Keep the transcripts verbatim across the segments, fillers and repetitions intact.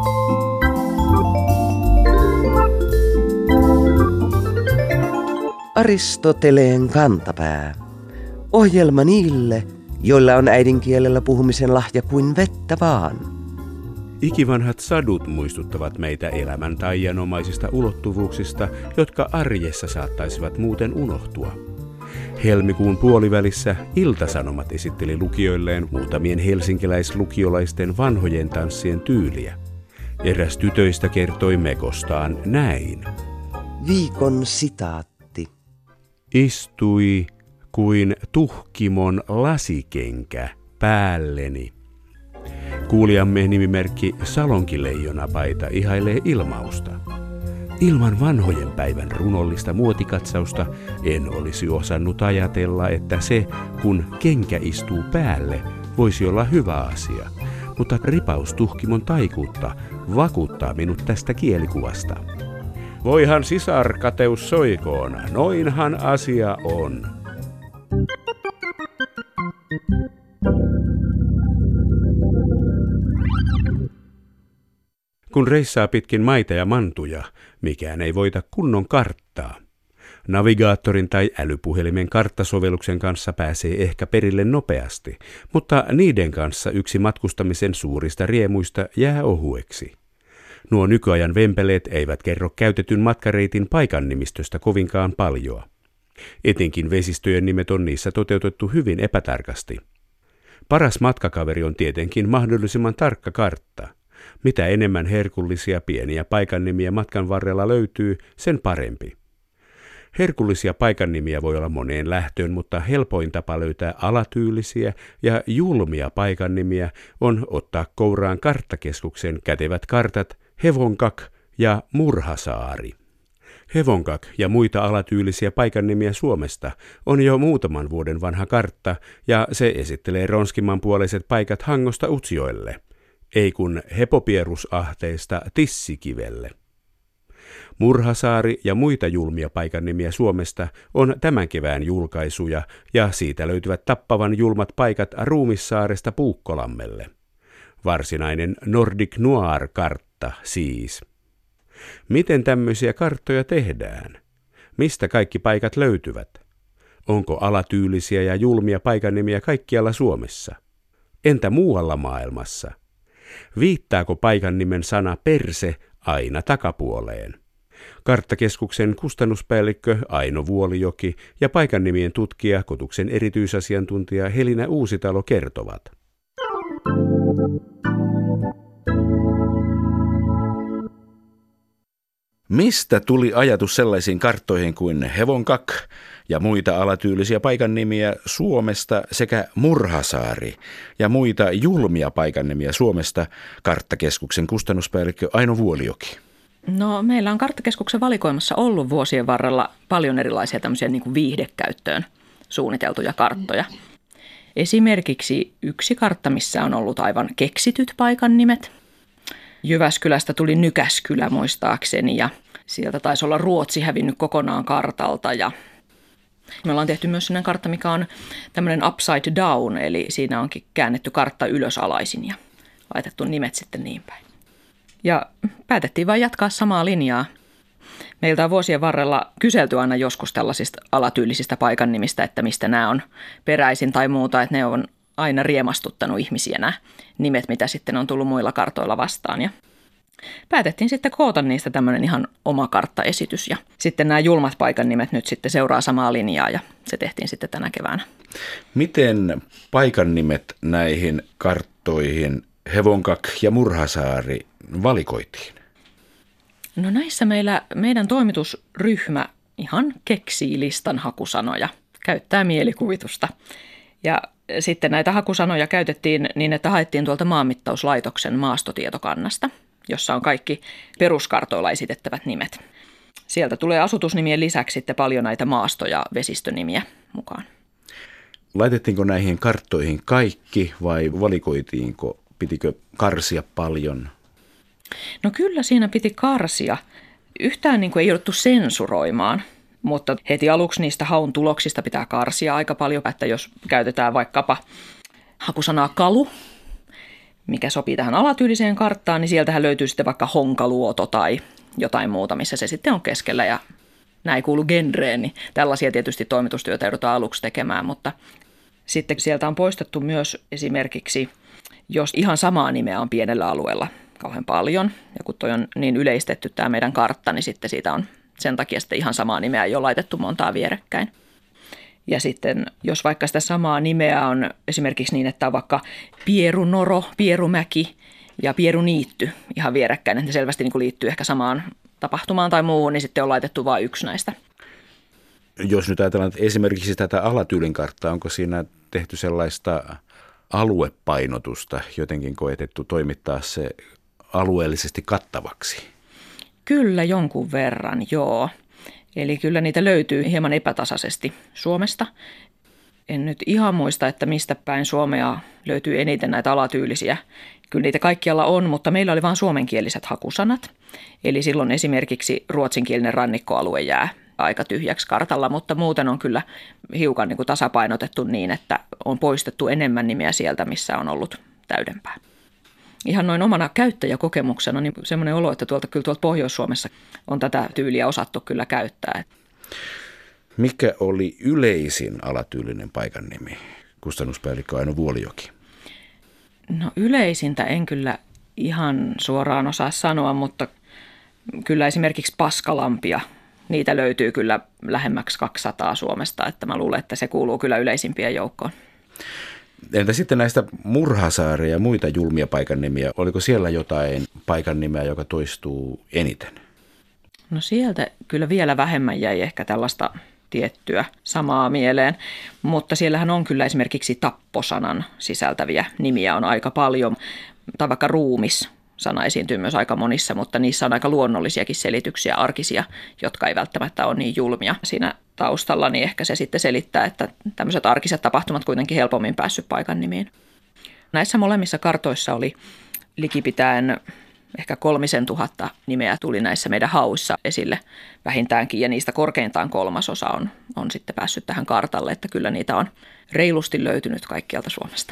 Aristoteleen kantapää. Ohjelma niille, joilla on äidinkielellä puhumisen lahja kuin vettä vaan. Ikivanhat sadut muistuttavat meitä elämän taianomaisista ulottuvuuksista, jotka arjessa saattaisivat muuten unohtua. Helmikuun puolivälissä Ilta-Sanomat esitteli lukijoilleen muutamien helsinkiläislukiolaisten vanhojen tanssien tyyliä. Eräs tytöistä kertoi mekostaan näin. Viikon sitaatti. Istui kuin tuhkimon lasikenkä päälleni. Kuulijamme nimimerkki Salonkileijonapaita ihailee ilmausta. Ilman vanhojen päivän runollista muotikatsausta en olisi osannut ajatella, että se, kun kenkä istuu päälle, voisi olla hyvä asia. Mutta ripaus tuhkimon taikuutta vakuuttaa minut tästä kielikuvasta. Voihan sisar kateus soikoon, noinhan asia on. Kun reissaa pitkin maita ja mantuja, mikään ei voita kunnon karttaa. Navigaattorin tai älypuhelimen karttasovelluksen kanssa pääsee ehkä perille nopeasti, mutta niiden kanssa yksi matkustamisen suurista riemuista jää ohueksi. Nuo nykyajan vempeleet eivät kerro käytetyn matkareitin paikannimistöstä kovinkaan paljoa. Etenkin vesistöjen nimet on niissä toteutettu hyvin epätarkasti. Paras matkakaveri on tietenkin mahdollisimman tarkka kartta. Mitä enemmän herkullisia pieniä paikannimiä matkan varrella löytyy, sen parempi. Herkullisia paikannimiä voi olla moneen lähtöön, mutta helpoin tapa löytää alatyylisiä ja julmia paikannimiä on ottaa kouraan karttakeskuksen kätevät kartat Hevonkak ja Murhasaari. Hevonkak ja muita alatyylisiä paikannimiä Suomesta on jo muutaman vuoden vanha kartta ja se esittelee ronskimman puoleiset paikat Hangosta Utsjoelle, ei kun Hepopierusahteesta Tissikivelle. Murhasaari ja muita julmia paikannimiä Suomesta on tämän kevään julkaisuja ja siitä löytyvät tappavan julmat paikat Ruumissaaresta Puukkolammelle. Varsinainen Nordic Noir-kartta siis. Miten tämmöisiä karttoja tehdään? Mistä kaikki paikat löytyvät? Onko alatyylisiä ja julmia paikannimiä kaikkialla Suomessa? Entä muualla maailmassa? Viittaako paikannimen sana perse aina takapuoleen? Karttakeskuksen kustannuspäällikkö Aino Vuolijoki ja paikannimien tutkija, Kotuksen erityisasiantuntija Helina Uusitalo kertovat. Mistä tuli ajatus sellaisiin karttoihin kuin Hevonkak ja muita alatyylisiä paikannimiä Suomesta sekä Murhasaari ja muita julmia paikannimiä Suomesta, Karttakeskuksen kustannuspäällikkö Aino Vuolijoki? No, meillä on Karttakeskuksen valikoimassa ollut vuosien varrella paljon erilaisia tämmöisiä niin kuin viihdekäyttöön suunniteltuja karttoja. Esimerkiksi yksi kartta, missä on ollut aivan keksityt paikannimet. Jyväskylästä tuli Nykäskylä muistaakseni ja sieltä taisi olla Ruotsi hävinnyt kokonaan kartalta. Ja me ollaan tehty myös sellainen kartta, mikä on tämmöinen upside down, eli siinä onkin käännetty kartta ylösalaisin ja laitettu nimet sitten niin päin. Ja päätettiin vain jatkaa samaa linjaa. Meiltä on vuosien varrella kyselty aina joskus tällaisista alatyylisistä paikannimistä, että mistä nämä on peräisin tai muuta, että ne on aina riemastuttanut ihmisiä nämä nimet, mitä sitten on tullut muilla kartoilla vastaan. Ja päätettiin sitten koota niistä tämmöinen ihan oma karttaesitys ja sitten nämä julmat paikannimet nyt sitten seuraa samaa linjaa ja se tehtiin sitten tänä keväänä. Miten paikannimet näihin karttoihin Hevonkak ja Murhasaari valikoitiin? No näissä meillä, meidän toimitusryhmä ihan keksii listan hakusanoja, käyttää mielikuvitusta. Ja sitten näitä hakusanoja käytettiin niin, että haettiin tuolta Maanmittauslaitoksen maastotietokannasta, jossa on kaikki peruskartoilla esitettävät nimet. Sieltä tulee asutusnimien lisäksi sitten paljon näitä maasto- ja vesistönimiä mukaan. Laitettiinko näihin karttoihin kaikki vai valikoitiinko? Pitikö karsia paljon? No kyllä siinä piti karsia. Yhtään niin kuin ei jouduttu sensuroimaan, mutta heti aluksi niistä haun tuloksista pitää karsia aika paljon, että jos käytetään vaikkapa hakusanaa kalu, mikä sopii tähän alatyyliseen karttaan, niin sieltähän löytyy sitten vaikka Honkaluoto tai jotain muuta, missä se sitten on keskellä ja nämä ei kuulu genreen, niin tällaisia tietysti toimitustyötä joudutaan aluksi tekemään, mutta sitten sieltä on poistettu myös esimerkiksi, jos ihan samaa nimeä on pienellä alueella kauhean paljon, ja kun toi on niin yleistetty tämä meidän kartta, niin sitten siitä on sen takia sitten ihan samaa nimeä ei ole laitettu montaa vierekkäin. Ja sitten jos vaikka sitä samaa nimeä on esimerkiksi niin, että on vaikka Pierunoro, Pierumäki ja Pieruniitty ihan vierekkäin, että ne selvästi niin kuin liittyy ehkä samaan tapahtumaan tai muuhun, niin sitten on laitettu vain yksi näistä. Jos nyt ajatellaan että esimerkiksi tätä alatyylin karttaa, onko siinä tehty sellaista aluepainotusta, jotenkin koetettu toimittaa se alueellisesti kattavaksi? Kyllä jonkun verran, joo. Eli kyllä niitä löytyy hieman epätasaisesti Suomesta. En nyt ihan muista, että mistä päin Suomea löytyy eniten näitä alatyylisiä. Kyllä niitä kaikkialla on, mutta meillä oli vain suomenkieliset hakusanat. Eli silloin esimerkiksi ruotsinkielinen rannikkoalue jää aika tyhjäksi kartalla, mutta muuten on kyllä hiukan niin kuin tasapainotettu niin, että on poistettu enemmän nimiä sieltä, missä on ollut täydempää. Ihan noin omana käyttäjäkokemuksena niin semmoinen olo, että tuolta, kyllä tuolta Pohjois-Suomessa on tätä tyyliä osattu kyllä käyttää. Mikä oli yleisin alatyylinen paikan nimi? Kustannuspäällikkö Aino Vuolijoki. No yleisintä en kyllä ihan suoraan osaa sanoa, mutta kyllä esimerkiksi Paskalampia, niitä löytyy kyllä lähemmäksi kaksisataa Suomesta, että mä luulen, että se kuuluu kyllä yleisimpien joukkoon. Entä sitten näistä Murhasaaria ja muita julmia paikan nimiä? Oliko siellä jotain paikan nimeä, joka toistuu eniten? No sieltä kyllä vielä vähemmän jäi ehkä tällaista tiettyä samaa mieleen, mutta siellähän on kyllä esimerkiksi tapposanan sisältäviä nimiä on aika paljon, tai vaikka ruumis. Sana esiintyy myös aika monissa, mutta niissä on aika luonnollisiakin selityksiä, arkisia, jotka ei välttämättä ole niin julmia siinä taustalla, niin ehkä se sitten selittää, että tämmöiset arkiset tapahtumat kuitenkin helpommin päässyt paikan nimiin. Näissä molemmissa kartoissa oli likipitäen ehkä kolmisen tuhatta nimeä tuli näissä meidän hauissa esille vähintäänkin, ja niistä korkeintaan kolmasosa on, on sitten päässyt tähän kartalle, että kyllä niitä on reilusti löytynyt kaikkialta Suomesta.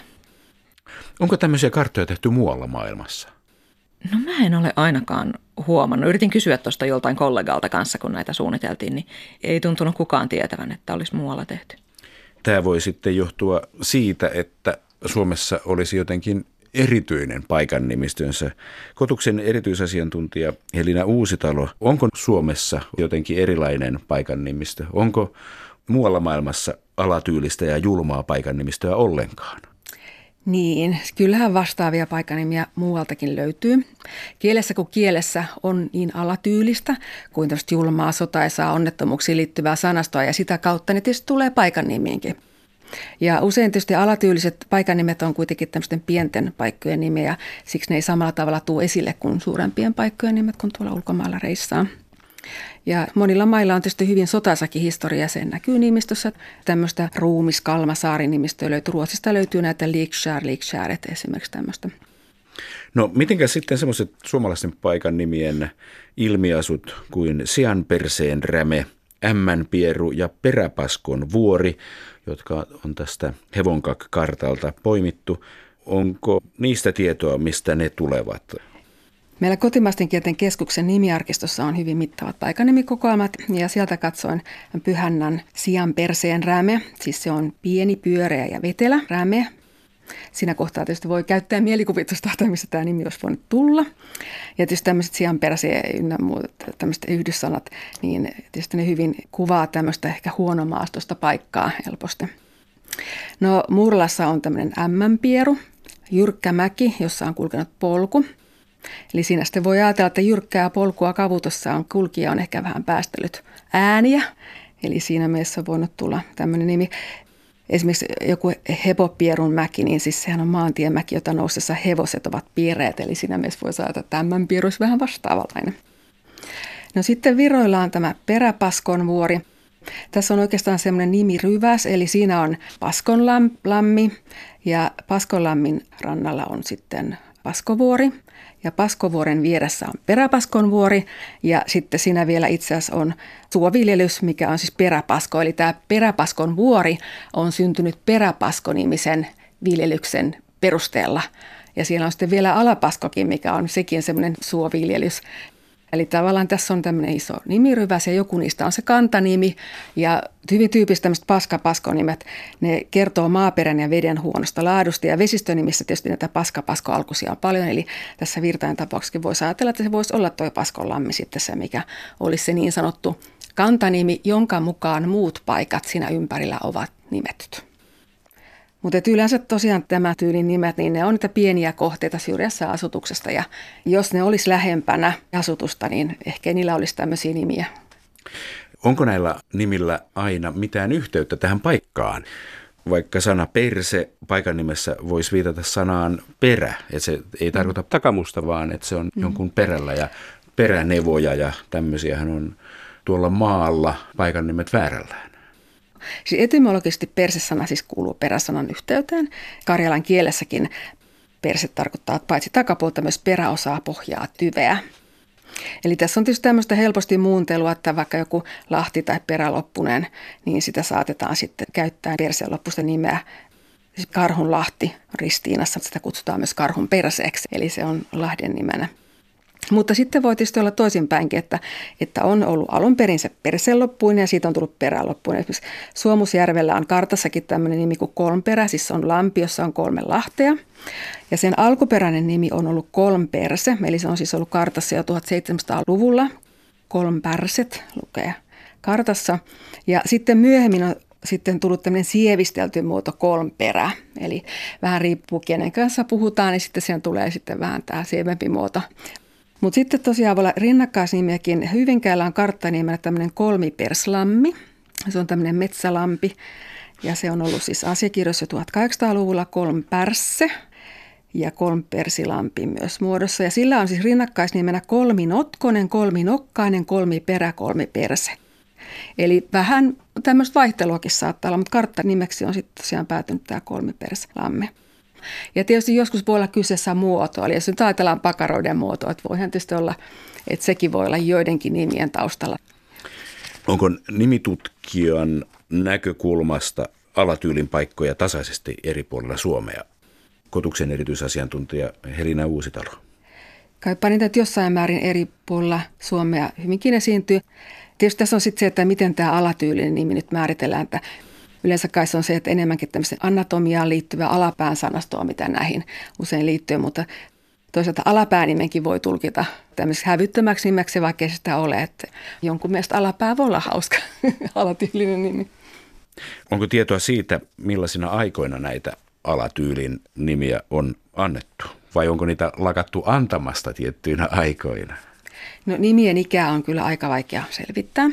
Onko tämmöisiä karttoja tehty muualla maailmassa? No mä en ole ainakaan huomannut. Yritin kysyä tuosta joltain kollegalta kanssa, kun näitä suunniteltiin, niin ei tuntunut kukaan tietävän, että olisi muualla tehty. Tämä voi sitten johtua siitä, että Suomessa olisi jotenkin erityinen paikan nimistönsä. Kotuksen erityisasiantuntija Helina Uusitalo, onko Suomessa jotenkin erilainen paikan nimistö? Onko muualla maailmassa alatyylistä ja julmaa paikan nimistöä ollenkaan? Niin, kyllähän vastaavia paikanimiä muualtakin löytyy. Kielessä kuin kielessä on niin alatyylistä kuin tämmöistä julmaa, sotaisaa, onnettomuuksiin liittyvää sanastoa, ja sitä kautta ne tietysti tulee paikannimiinkin. Ja usein tietysti alatyyliset paikannimet on kuitenkin tämmöisten pienten paikkojen nimiä, siksi ne ei samalla tavalla tule esille kuin suurempien paikkojen nimet, kun tuolla ulkomailla reissaa. Ja monilla mailla on tietysti hyvin sotaisakin historia, sen näkyy nimistössä. Tämmöistä ruumis Kalmasaari-nimistöä löytyy. Ruotsista löytyy näitä Likskär, Likskäret esimerkiksi tämmöistä. No mitenkä sitten semmoiset suomalaisten paikan nimien ilmiasut kuin Sianperseen räme, Ämmänpieru ja Peräpaskon vuori, jotka on tästä Hevonkak-kartalta poimittu. Onko niistä tietoa, mistä ne tulevat? Meillä Kotimaisten kielten keskuksen nimiarkistossa on hyvin mittavat paikanimikokoelmat, ja sieltä katsoin Pyhännän Sianperseen räme, siis se on pieni, pyöreä ja vetelä räme. Siinä kohtaa tietysti voi käyttää mielikuvitusta, mistä tämä nimi olisi voinut tulla. Ja tietysti tämmöiset sianperseen ynnä muut tämmöiset yhdyssanat, niin tietysti ne hyvin kuvaa tämmöistä ehkä huonomaastoista paikkaa helposti. No Murlassa on tämmöinen Ämmänpieru, jyrkkä mäki, jossa on kulkenut polku. Eli siinä sitten voi ajatella, että jyrkkää polkua kavutossa on kulkija on ehkä vähän päästellyt ääniä. Eli siinä mielessä on voinut tulla tämmöinen nimi. Esimerkiksi joku Hepopierun mäki, niin siis sehän on maantiemäki, jota noustessa hevoset ovat piireet. Eli siinä mielessä voi saada, että tämän pieru olisi vähän vastaavanlainen. No sitten Viroilla on tämä Peräpaskon vuori. Tässä on oikeastaan semmoinen nimiryväs, eli siinä on Paskonlammi ja Paskonlammin rannalla on sitten Paskovuori. Ja Paskovuoren vieressä on Peräpaskonvuori, ja sitten siinä vielä itse asiassa on suoviljelys, mikä on siis Peräpasko. Eli tämä Peräpaskon vuori on syntynyt Peräpasko-nimisen viljelyksen perusteella. Ja siellä on sitten vielä Alapaskokin, mikä on sekin semmoinen suoviljelys. Eli tavallaan tässä on tämmöinen iso nimiryväs ja joku niistä on se kantanimi. Ja hyvin tyypistä tämmöiset paskapaskonnimet, ne kertoo maaperän ja veden huonosta laadusta. Ja vesistönimissä tietysti näitä paskapaskoalkuisia on paljon. Eli tässä Virtain tapauksessakin voisi ajatella, että se voisi olla toi Paskonlammi sitten se, mikä olisi se niin sanottu kantanimi, jonka mukaan muut paikat siinä ympärillä ovat nimetyt. Mutta yleensä tosiaan tämä tyylin nimet, niin ne on niitä pieniä kohteita syrjässä asutuksesta ja jos ne olisi lähempänä asutusta, niin ehkä niillä olisi tämmöisiä nimiä. Onko näillä nimillä aina mitään yhteyttä tähän paikkaan? Vaikka sana perse paikan nimessä voisi viitata sanaan perä, että se ei tarkoita takamusta, vaan että se on mm. jonkun perällä ja peränevoja ja tämmöisiähän on tuolla maalla paikan nimet väärällään. Siis etymologisesti persesana siis kuuluu peräsanan yhteyteen. Karjalan kielessäkin perse tarkoittaa paitsi takapuolta myös peräosaa, pohjaa, tyveä. Eli tässä on tietysti tämmöistä helposti muuntelua, että vaikka joku lahti tai peräloppunen, niin sitä saatetaan sitten käyttää perseen loppuista nimeä. Siis Karhunlahti Ristiinassa, sitä kutsutaan myös Karhun perseeksi, eli se on lahden nimenä. Mutta sitten voi tietysti olla toisinpäinkin, että, että on ollut alun perin se perseloppuinen ja siitä on tullut peräloppuinen. Esimerkiksi Suomusjärvellä on kartassakin tämmöinen nimi kuin Kolmperä, siis on lampi, jossa on kolme lahtea. Ja sen alkuperäinen nimi on ollut Kolmperse, eli se on siis ollut kartassa jo tuhatseitsemänsataaluvulla. Kolmpärset lukee kartassa. Ja sitten myöhemmin on sitten tullut tämmöinen sievistelty muoto Kolmperä, eli vähän riippuu kenen kanssa puhutaan, niin sitten siihen tulee sitten vähän tämä sievempi muoto. Mutta sitten tosiaan voi olla rinnakkaisnimiäkin. Hyvinkäällä on karttanimellä tämmöinen Kolmiperslammi. Se on tämmöinen metsälampi ja se on ollut siis asiakirjoissa tuhatkahdeksansataaluvulla Kolmpärsse ja Kolmpersilampi myös muodossa. Ja sillä on siis rinnakkaisnimenä Kolminotkonen, Kolminokkainen, Kolmiperä, Kolmiperse. Eli vähän tämmöistä vaihteluakin saattaa olla, mutta karttanimeksi on sitten tosiaan päätynyt tämä Kolmiperslammi. Ja tietysti joskus voi olla kyseessä muoto, eli jos nyt ajatellaan pakaroiden muotoa, että voihan tietysti olla, että sekin voi olla joidenkin nimien taustalla. Onko nimitutkijan näkökulmasta alatyylin paikkoja tasaisesti eri puolilla Suomea? Kotuksen erityisasiantuntija Helina Uusitalo. Kaipa niitä jossain määrin eri puolilla Suomea hyvinkin esiintyy. Tietysti tässä on sitten se, että miten tämä alatyylinen nimi nyt määritellään, että yleensä kai se on se, että enemmänkin tämmöisen anatomiaan liittyvää alapään sanastoa, mitä näihin usein liittyy, mutta toisaalta alapäännimenkin voi tulkita tämmöiseksi hävyttömäksi nimeksi, vaikka ei sitä ole, että jonkun mielestä alapää voi olla hauska alatyylinen nimi. Onko tietoa siitä, millaisina aikoina näitä alatyylin nimiä on annettu, vai onko niitä lakattu antamasta tiettyinä aikoina? No nimien ikää on kyllä aika vaikea selvittää.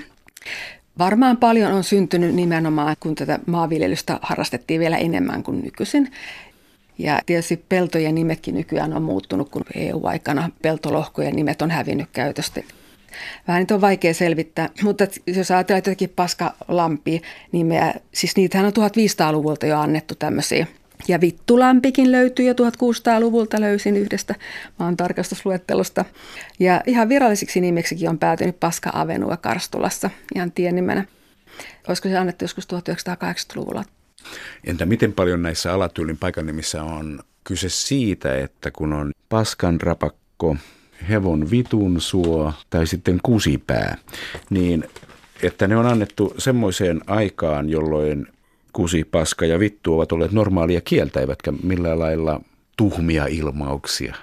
Varmaan paljon on syntynyt nimenomaan, kun tätä maanviljelystä harrastettiin vielä enemmän kuin nykyisin. Ja tietysti peltojen nimetkin nykyään on muuttunut, kun E U-aikana peltolohkojen nimet on hävinnyt käytöstä. Vähän niitä on vaikea selvittää, mutta jos ajatellaan jotakin Paskalampia nimeä, siis niitähän on tuhatviisisataaluvulta jo annettu tämmöisiä. Ja Vittulampikin löytyy jo tuhatkuusisataaluvulta, löysin yhdestä maan tarkastusluettelosta. Ja ihan virallisiksi nimeksikin on päätynyt Paska-Avenue Karstulassa ihan tienimenä. Olisiko se annettu joskus tuhatyhdeksänsataakahdeksankymmentäluvulla? Entä miten paljon näissä alatyylin paikan nimissä on kyse siitä, että kun on Paskanrapakko, Hevon Vitunsuo tai sitten Kusipää, niin että ne on annettu semmoiseen aikaan, jolloin kusi, paska ja vittu ovat olleet normaalia kieltä, eivätkä millään lailla tuhmia ilmauksia.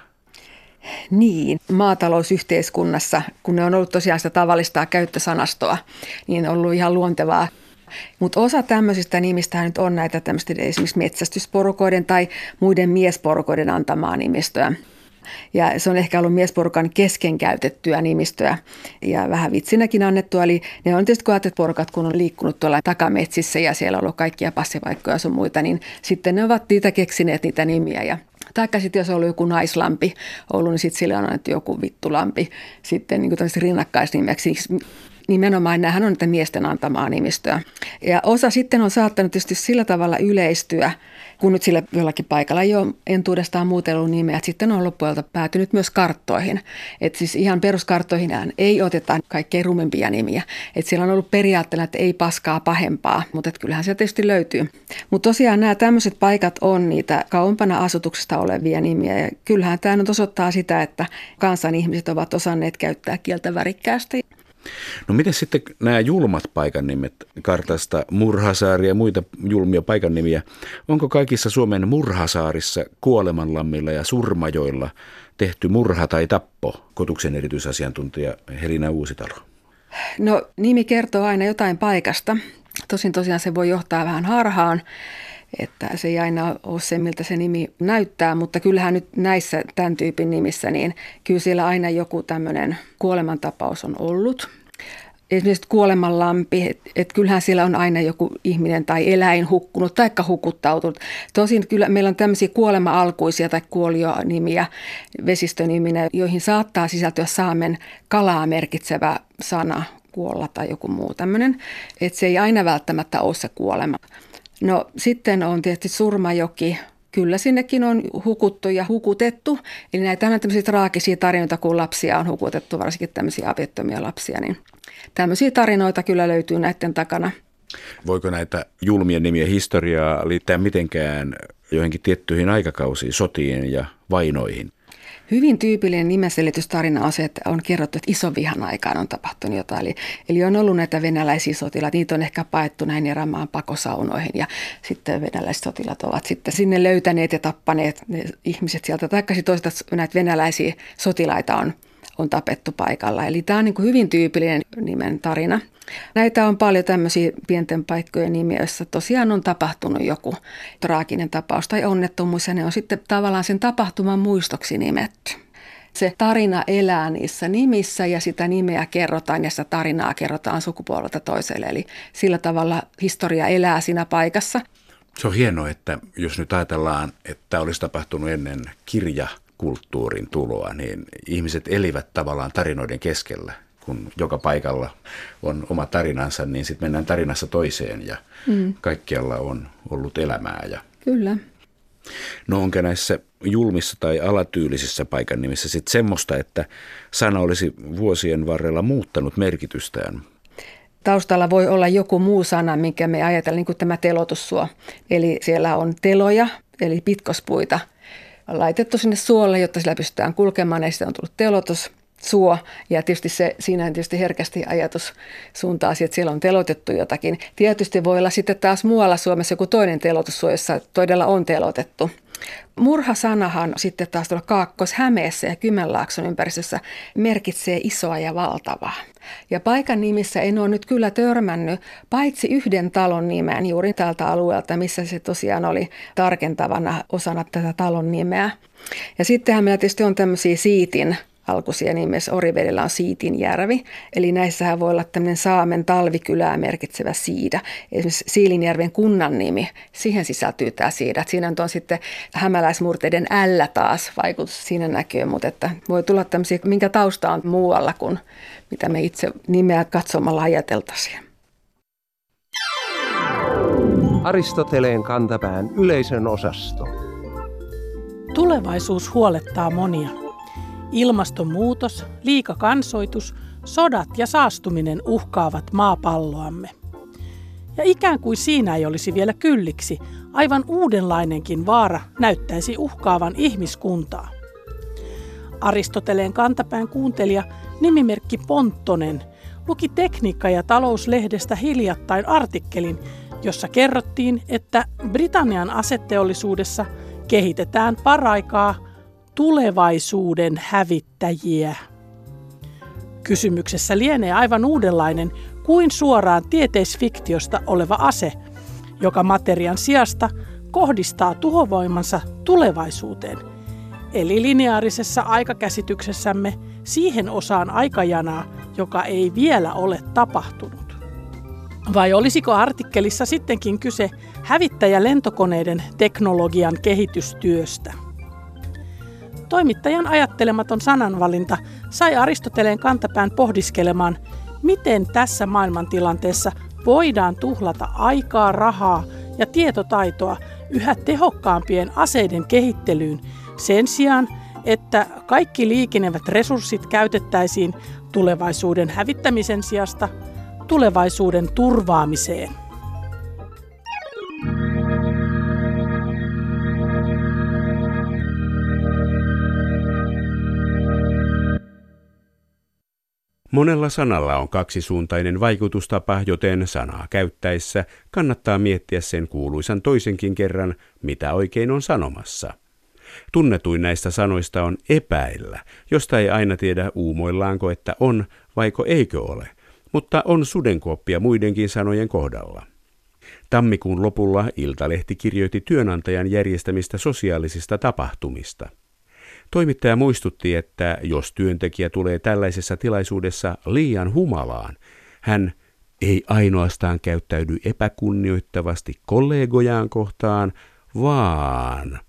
Niin, maatalousyhteiskunnassa, kun ne on ollut tosiaan sitä tavallista käyttösanastoa, niin on ollut ihan luontevaa. Mutta osa tämmöisistä nimistä nyt on näitä tämmöistä esimerkiksi metsästysporukoiden tai muiden miesporukoiden antamaa nimistöä. Ja se on ehkä ollut miesporukan kesken käytettyä nimistöä ja vähän vitsinäkin annettua. Eli ne on tietysti koetut porukat, kun on liikkunut tuolla takametsissä ja siellä on ollut kaikkia passipaikkoja ja sun muita, niin sitten ne ovat niitä keksineet niitä nimiä. Ja taikka sitten jos on ollut joku naislampi ollut, niin sitten sille on annettu joku vittulampi sitten niin kuin rinnakkaisnimeksi. Nimenomaan nämähän on niitä miesten antamaa nimistöä. Ja osa sitten on saattanut tietysti sillä tavalla yleistyä, kun nyt sillä jollakin paikalla ei ole entuudestaan muuten ollut nimeä, että sitten on loppujen päätynyt myös karttoihin. Että siis ihan peruskarttoihin ei oteta kaikkein rumimpia nimiä. Että siellä on ollut periaatteena, että ei paskaa pahempaa, mutta että kyllähän se tietysti löytyy. Mutta tosiaan nämä tämmöiset paikat on niitä kauempana asutuksesta olevia nimiä. Ja kyllähän tämä nyt osoittaa sitä, että kansan ihmiset ovat osanneet käyttää kieltä värikkäästi. No miten sitten nämä julmat paikannimet kartasta, Murhasaari ja muita julmia paikannimiä, onko kaikissa Suomen murhasaarissa, Kuolemanlammilla ja Surmajoilla tehty murha tai tappo? Kotuksen erityisasiantuntija Helina Uusitalo. No nimi kertoo aina jotain paikasta. Tosin tosiaan se voi johtaa vähän harhaan, että se ei aina ole se, miltä se nimi näyttää, mutta kyllähän nyt näissä tämän tyypin nimissä, niin kyllä siellä aina joku tämmöinen kuolemantapaus on ollut. Esimerkiksi Kuolemanlampi, että et kyllähän siellä on aina joku ihminen tai eläin hukkunut tai hukuttautunut. Tosin kyllä meillä on tämmöisiä kuolema-alkuisia tai kuolionimiä, vesistöniminä, joihin saattaa sisältyä saamen kalaa merkitsevä sana, kuolla tai joku muu tämmöinen. Että se ei aina välttämättä ole se kuolema. No sitten on tietysti Surmajoki. Kyllä sinnekin on hukuttu ja hukutettu. Eli näitä on tämmöisiä traagisia tarinoita, kun lapsia on hukutettu, varsinkin tämmöisiä aviottomia lapsia. Niin tämmöisiä tarinoita kyllä löytyy näiden takana. Voiko näitä julmien nimien historiaa liittää mitenkään joihinkin tiettyihin aikakausiin, sotiin ja vainoihin? Hyvin tyypillinen nimenselitystarina on se, että on kerrottu, että ison vihan aikaan on tapahtunut jotain. Eli, eli on ollut näitä venäläisiä sotilaita, niitä on ehkä paettu näin erämaan pakosaunoihin ja sitten venäläiset sotilaat ovat sitten sinne löytäneet ja tappaneet ne ihmiset sieltä. Taikka sitten toisaalta näitä venäläisiä sotilaita on, on tapettu paikalla. Eli tämä on niin kuin hyvin tyypillinen nimen tarina. Näitä on paljon tämmöisiä pienten paikkojen nimiä, joissa tosiaan on tapahtunut joku traaginen tapaus tai onnettomuus ja ne on sitten tavallaan sen tapahtuman muistoksi nimetty. Se tarina elää niissä nimissä ja sitä nimeä kerrotaan ja sitä tarinaa kerrotaan sukupolvelta toiselle. Eli sillä tavalla historia elää siinä paikassa. Se on hienoa, että jos nyt ajatellaan, että olisi tapahtunut ennen kirjakulttuurin tuloa, niin ihmiset elivät tavallaan tarinoiden keskellä. Kun joka paikalla on oma tarinansa, niin sitten mennään tarinassa toiseen ja mm. kaikkialla on ollut elämää. Ja... Kyllä. No onko näissä julmissa tai alatyylisissä paikan nimissä sitten semmoista, että sana olisi vuosien varrella muuttanut merkitystään? Taustalla voi olla joku muu sana, minkä me ajatellaan, niin kuin tämä telotussuo. Eli siellä on teloja, eli pitkospuita, laitettu sinne suolle, jotta sillä pystytään kulkemaan, ja sitten on tullut telotus. Suo, ja tietysti se, siinä tietysti herkästi ajatus suuntaa siihen, että siellä on telotettu jotakin. Tietysti voi olla sitten taas muualla Suomessa joku toinen telotussuo, jossa todella on telotettu. Murhasanahan sitten taas tuolla Kaakkois-Hämeessä ja Kymenlaakson ympäristössä merkitsee isoa ja valtavaa. Ja paikan nimissä en ole nyt kyllä törmännyt paitsi yhden talon nimeen juuri tältä alueelta, missä se tosiaan oli tarkentavana osana tätä talon nimeä. Ja sittenhän meillä tietysti on tämmöisiä siitin alkuisia nimessä Orivedellä on Siitinjärvi, eli näissähän voi olla tämmöinen Saamen talvikylää merkitsevä siida. Esimerkiksi Siilinjärven kunnan nimi, siihen sisältyy tämä siida. Siinä on sitten hämäläismurteiden ällä taas vaikutus siinä näkyy, mutta että voi tulla tämmöisiä, minkä tausta on muualla kuin mitä me itse nimeä katsomalla ajateltaisiin. Aristoteleen kantapään yleisön osasto. Tulevaisuus huolettaa monia. Ilmastonmuutos, liikakansoitus, sodat ja saastuminen uhkaavat maapalloamme. Ja ikään kuin siinä ei olisi vielä kylliksi, aivan uudenlainenkin vaara näyttäisi uhkaavan ihmiskuntaa. Aristoteleen kantapään kuuntelija nimimerkki Ponttonen luki Tekniikka- ja talouslehdestä hiljattain artikkelin, jossa kerrottiin, että Britannian aseteollisuudessa kehitetään paraikaa tulevaisuuden hävittäjiä. Kysymyksessä lienee aivan uudenlainen kuin suoraan tieteisfiktiosta oleva ase, joka materian sijasta kohdistaa tuhovoimansa tulevaisuuteen, eli lineaarisessa aikakäsityksessämme siihen osaan aikajanaa, joka ei vielä ole tapahtunut. Vai olisiko artikkelissa sittenkin kyse hävittäjälentokoneiden teknologian kehitystyöstä? Toimittajan ajattelematon sananvalinta sai Aristoteleen kantapään pohdiskelemaan, miten tässä maailmantilanteessa voidaan tuhlata aikaa, rahaa ja tietotaitoa yhä tehokkaampien aseiden kehittelyyn sen sijaan, että kaikki liikenevät resurssit käytettäisiin tulevaisuuden hävittämisen sijasta tulevaisuuden turvaamiseen. Monella sanalla on kaksisuuntainen vaikutustapa, joten sanaa käyttäessä kannattaa miettiä sen kuuluisan toisenkin kerran, mitä oikein on sanomassa. Tunnetuin näistä sanoista on epäillä, josta ei aina tiedä uumoillaanko, että on vaiko eikö ole, mutta on sudenkuoppia muidenkin sanojen kohdalla. Tammikuun lopulla Iltalehti kirjoitti työnantajan järjestämistä sosiaalisista tapahtumista. Toimittaja muistutti, että jos työntekijä tulee tällaisessa tilaisuudessa liian humalaan, hän ei ainoastaan käyttäydy epäkunnioittavasti kollegojaan kohtaan, vaan...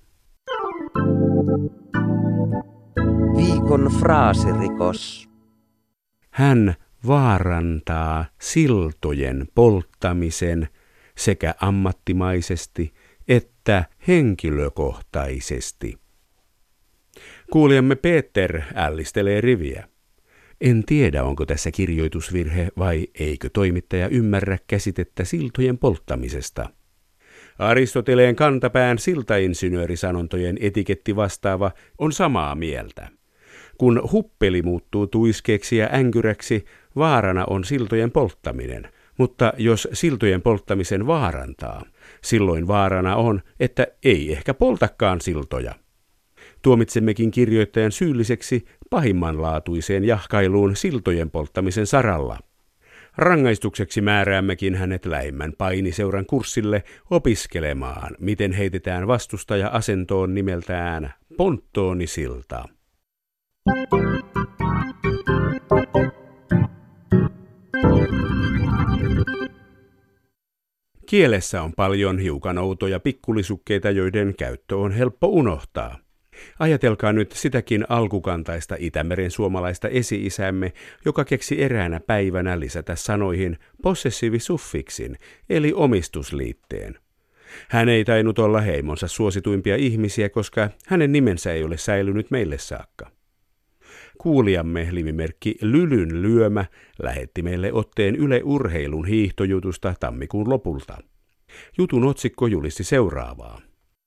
Viikon fraasirikos. Hän vaarantaa siltojen polttamisen sekä ammattimaisesti että henkilökohtaisesti. Kuulijamme Peter ällistelee riviä. En tiedä, onko tässä kirjoitusvirhe vai eikö toimittaja ymmärrä käsitettä siltojen polttamisesta. Aristoteleen kantapään siltainsinöörisanontojen etiketti vastaava on samaa mieltä. Kun huppeli muuttuu tuiskeeksi ja änkyräksi, vaarana on siltojen polttaminen, mutta jos siltojen polttamisen vaarantaa, silloin vaarana on, että ei ehkä poltakaan siltoja. Tuomitsemmekin kirjoittajan syylliseksi pahimmanlaatuiseen jahkailuun siltojen polttamisen saralla. Rangaistukseksi määräämmekin hänet lähimmän painiseuran kurssille opiskelemaan, miten heitetään vastustaja asentoon nimeltään ponttoonisilta. Kielessä on paljon hiukan outoja pikkulisukkeita, joiden käyttö on helppo unohtaa. Ajatelkaa nyt sitäkin alkukantaista Itämeren suomalaista esi-isämme, joka keksi eräänä päivänä lisätä sanoihin possessiivisuffiksin, eli omistusliitteen. Hän ei tainnut olla heimonsa suosituimpia ihmisiä, koska hänen nimensä ei ole säilynyt meille saakka. Kuulijamme nimimerkki Lylyn lyömä lähetti meille otteen Yle Urheilun hiihtojutusta tammikuun lopulta. Jutun otsikko julisti seuraavaa.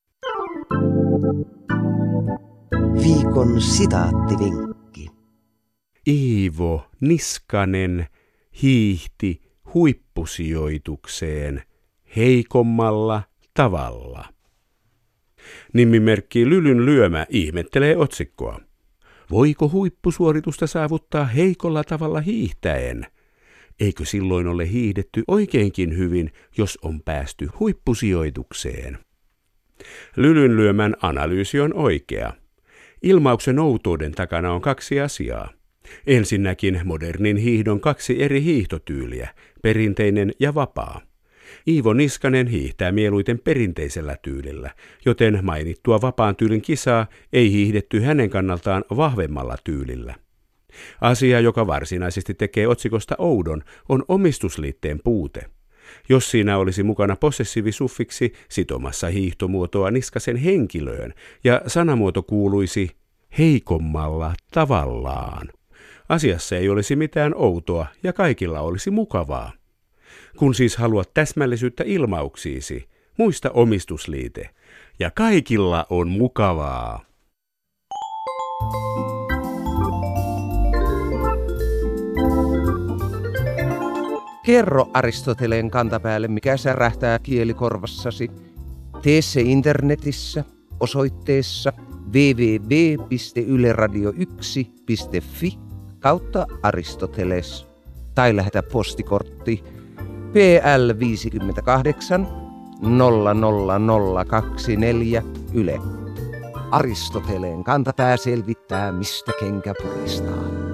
Viikon sitaattivinkki. Iivo Niskanen hiihti huippusijoitukseen heikommalla tavalla. Nimimerkki Lylyn lyömä ihmettelee otsikkoa. Voiko huippusuoritusta saavuttaa heikolla tavalla hiihtäen? Eikö silloin ole hiihdetty oikeinkin hyvin, jos on päästy huippusijoitukseen? Lylyn lyömän analyysi on oikea. Ilmauksen outouden takana on kaksi asiaa. Ensinnäkin modernin hiihdon kaksi eri hiihtotyyliä, perinteinen ja vapaa. Iivo Niskanen hiihtää mieluiten perinteisellä tyylillä, joten mainittua vapaan tyylin kisaa ei hiihdetty hänen kannaltaan vahvemmalla tyylillä. Asia, joka varsinaisesti tekee otsikosta oudon, on omistusliitteen puute. Jos siinä olisi mukana possessiivisuffiksi sitomassa hiihtomuotoa Niskasen henkilöön ja sanamuoto kuuluisi heikommalla tavallaan, asiassa ei olisi mitään outoa ja kaikilla olisi mukavaa. Kun siis haluat täsmällisyyttä ilmauksiisi, muista omistusliite. Ja kaikilla on mukavaa. Kerro Aristoteleen kantapäälle, mikä särähtää kielikorvassasi. Tee se internetissä osoitteessa double-u double-u double-u piste yle radio yksi piste fi kautta Aristoteles tai lähetä postikortti P L viisikymmentäkahdeksan nolla nolla nolla kaksikymmentäneljä Yle. Aristoteleen kantapää selvittää, mistä kenkä puristaa.